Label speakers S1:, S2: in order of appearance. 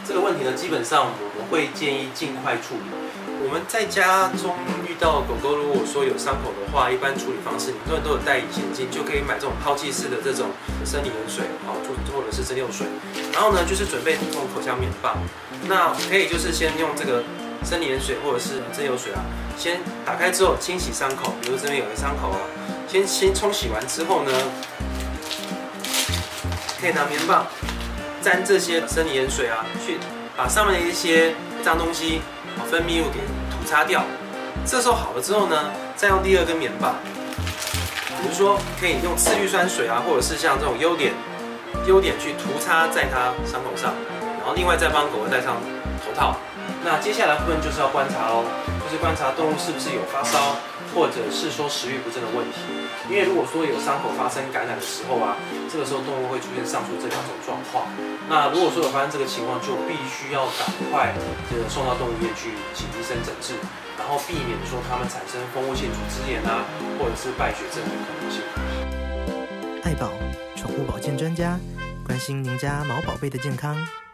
S1: 这个问题呢，基本上我们会建议尽快处理。我们在家中遇到狗狗，如果说有伤口的话，一般处理方式，很多人都有戴隐形眼镜，就可以买这种抛弃式的这种生理盐水，或者是蒸馏水。然后呢，就是准备这种口腔棉棒，那可以就是先用这个生理盐水或者是蒸馏水啊，先打开之后清洗伤口，比如这边有个伤口啊，先冲洗完之后呢，可以拿棉棒沾这些生理盐水啊，去把上面的一些脏东西、分泌物给涂擦掉。这时候好了之后呢，再用第二根棉棒，比如说可以用次氯酸水啊，或者是像这种优点去涂擦在它伤口上，然后另外再帮狗狗戴上头套。那接下来部分就是要观察喽，就是观察动物是不是有发烧，或者是说食欲不振的问题。因为如果说有伤口发生感染的时候啊，这个时候动物会出现上述这两种状况。那如果说有发生这个情况，就必须要赶快送到动物医院去请医生诊治，然后避免说它们产生蜂窝性组织炎啊，或者是败血症的可能性。
S2: 爱宝宠物保健专家，关心您家毛宝贝的健康。